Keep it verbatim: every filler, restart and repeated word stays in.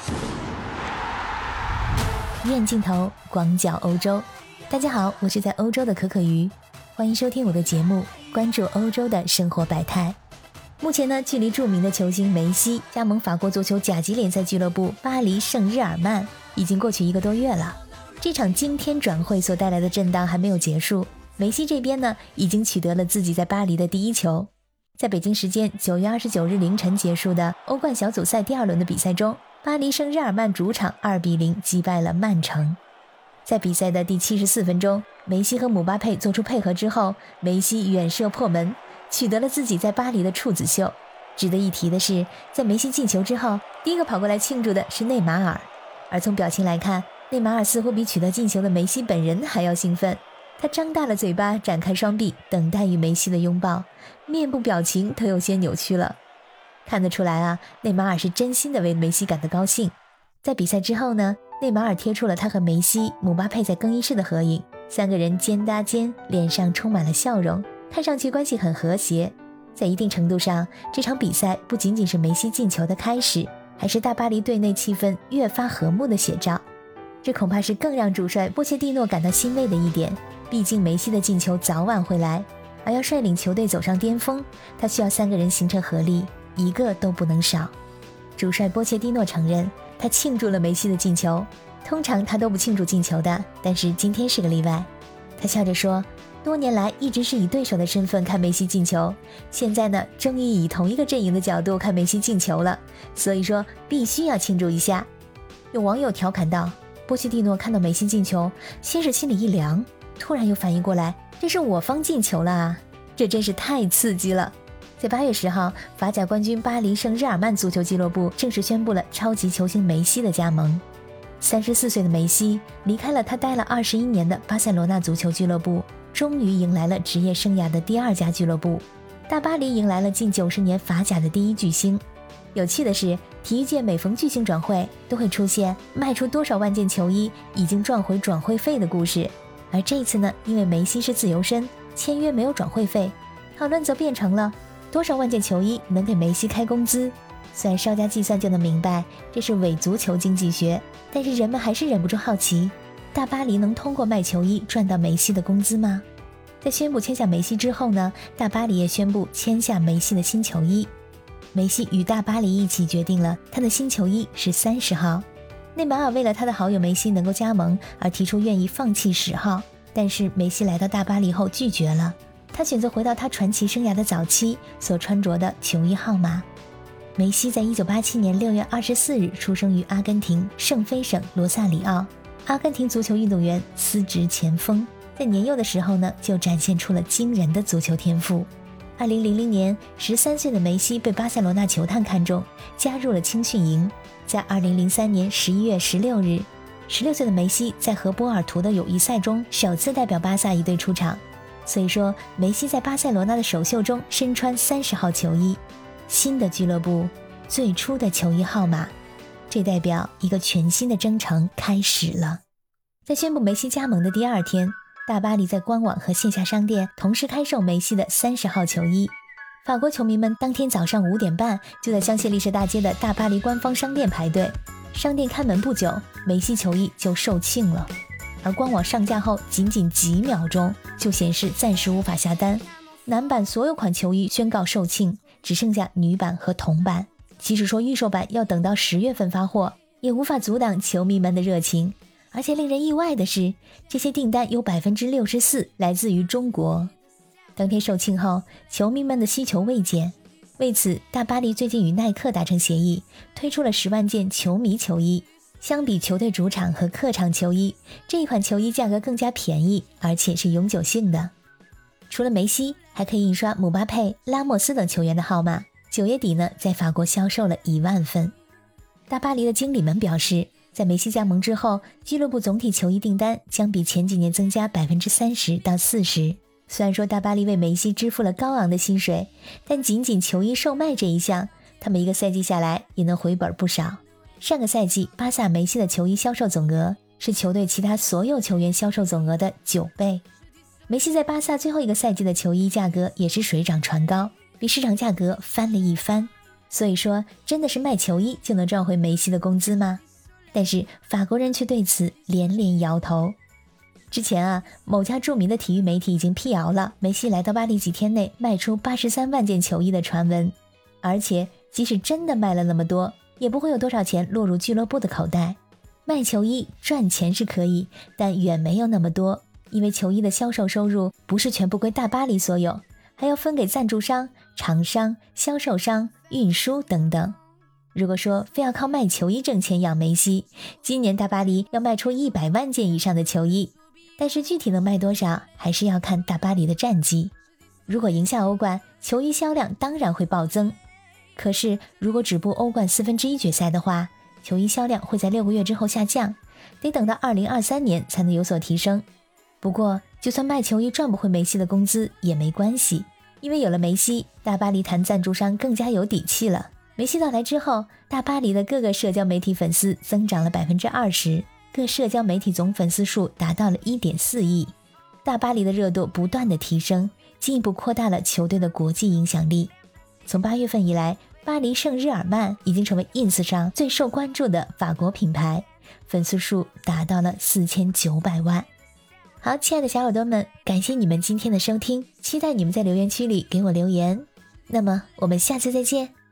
鱼眼镜头，广角欧洲。大家好，我是在欧洲的可可鱼，欢迎收听我的节目，关注欧洲的生活百态。目前呢，距离著名的球星梅西加盟法国足球甲级联赛俱乐部巴黎圣日耳曼已经过去一个多月了。这场惊天转会所带来的震荡还没有结束，梅西这边呢，已经取得了自己在巴黎的第一球。在北京时间九月二十九日凌晨结束的欧冠小组赛第二轮的比赛中，巴黎圣日耳曼主场二比零击败了曼城。在比赛的第七十四分钟，梅西和姆巴佩做出配合之后，梅西远射破门，取得了自己在巴黎的处子秀。值得一提的是，在梅西进球之后，第一个跑过来庆祝的是内马尔，而从表情来看，内马尔似乎比取得进球的梅西本人还要兴奋。他张大了嘴巴，展开双臂，等待与梅西的拥抱，面部表情都有些扭曲了。看得出来啊，内马尔是真心的为梅西感到高兴。在比赛之后呢，内马尔贴出了他和梅西、姆巴佩在更衣室的合影，三个人肩搭肩，脸上充满了笑容，看上去关系很和谐。在一定程度上，这场比赛不仅仅是梅西进球的开始，还是大巴黎队内气氛越发和睦的写照。这恐怕是更让主帅波切蒂诺感到欣慰的一点，毕竟梅西的进球早晚会来，而要率领球队走上巅峰，他需要三个人形成合力，一个都不能少。主帅波切蒂诺承认，他庆祝了梅西的进球，通常他都不庆祝进球的，但是今天是个例外。他笑着说，多年来一直是以对手的身份看梅西进球，现在呢，终于以同一个阵营的角度看梅西进球了，所以说必须要庆祝一下。有网友调侃道，波切蒂诺看到梅西进球，先是心里一凉，突然又反应过来，这是我方进球了啊，这真是太刺激了。在八月十号，法甲冠军巴黎圣日耳曼足球俱乐部正式宣布了超级球星梅西的加盟。三十四岁的梅西离开了他待了二十一年的巴塞罗那足球俱乐部，终于迎来了职业生涯的第二家俱乐部。大巴黎迎来了近九十年法甲的第一巨星。有趣的是，体育界每逢巨星转会，都会出现卖出多少万件球衣已经赚回转会费的故事。而这一次呢，因为梅西是自由身，签约没有转会费，讨论则变成了多少万件球衣能给梅西开工资。虽然稍加计算就能明白这是伪足球经济学，但是人们还是忍不住好奇，大巴黎能通过卖球衣赚到梅西的工资吗？在宣布签下梅西之后呢，大巴黎也宣布签下梅西的新球衣。梅西与大巴黎一起决定了他的新球衣是三十号。内马尔为了他的好友梅西能够加盟而提出愿意放弃十号，但是梅西来到大巴黎后拒绝了，他选择回到他传奇生涯的早期所穿着的球衣号码。梅西在一九八七年六月二十四日出生于阿根廷圣菲省罗萨里奥，阿根廷足球运动员，司职前锋。在年幼的时候呢，就展现出了惊人的足球天赋。二零零零年，十三岁的梅西被巴塞罗那球探看中，加入了青训营。在二零零三年十一月十六日，十六岁的梅西在和波尔图的友谊赛中首次代表巴萨一队出场。所以说，梅西在巴塞罗那的首秀中身穿三十号球衣，新的俱乐部，最初的球衣号码，这代表一个全新的征程开始了。在宣布梅西加盟的第二天，大巴黎在官网和线下商店同时开售梅西的三十号球衣。法国球迷们当天早上五点半就在香榭丽舍大街的大巴黎官方商店排队，商店开门不久，梅西球衣就售罄了。而官网上架后仅仅几秒钟就显示暂时无法下单，男版所有款球衣宣告售罄，只剩下女版和铜版。即使说预售版要等到十月份发货，也无法阻挡球迷们的热情。而且令人意外的是，这些订单有 百分之六十四 来自于中国。当天售罄后，球迷们的需求未减，为此大巴黎最近与耐克达成协议，推出了十万件球迷球衣。相比球队主场和客场球衣，这一款球衣价格更加便宜，而且是永久性的。除了梅西，还可以印刷姆巴佩、拉莫斯等球员的号码。九月底呢，在法国销售了一万份。大巴黎的经理们表示，在梅西加盟之后，俱乐部总体球衣订单将比前几年增加 百分之三十 到 百分之四十。虽然说大巴黎为梅西支付了高昂的薪水，但仅仅球衣售卖这一项，他们一个赛季下来也能回本不少。上个赛季巴萨梅西的球衣销售总额是球队其他所有球员销售总额的九倍。梅西在巴萨最后一个赛季的球衣价格也是水涨船高，比市场价格翻了一番。 所以说，真的是卖球衣就能赚回梅西的工资吗？但是法国人却对此连连摇头。之前啊，某家著名的体育媒体已经辟谣了梅西来到巴黎几天内卖出八十三万件球衣的传闻，而且即使真的卖了那么多，也不会有多少钱落入俱乐部的口袋。卖球衣赚钱是可以，但远没有那么多，因为球衣的销售收入不是全部归大巴黎所有，还要分给赞助商、厂商、销售商、运输等等。如果说非要靠卖球衣挣钱养梅西，今年大巴黎要卖出一百万件以上的球衣，但是具体能卖多少，还是要看大巴黎的战绩。如果赢下欧冠，球衣销量当然会暴增。可是如果止步欧冠四分之一决赛的话，球衣销量会在六个月之后下降，得等到二零二三年才能有所提升。不过就算卖球衣赚不回梅西的工资也没关系，因为有了梅西，大巴黎谈赞助商更加有底气了。梅西到来之后，大巴黎的各个社交媒体粉丝增长了 百分之二十， 各社交媒体总粉丝数达到了 一点四亿。大巴黎的热度不断的提升，进一步扩大了球队的国际影响力。从八月份以来，巴黎圣日耳曼已经成为 ins 上最受关注的法国品牌，粉丝数达到了四千九百万。好，亲爱的小耳朵们，感谢你们今天的收听，期待你们在留言区里给我留言。那么我们下次再见。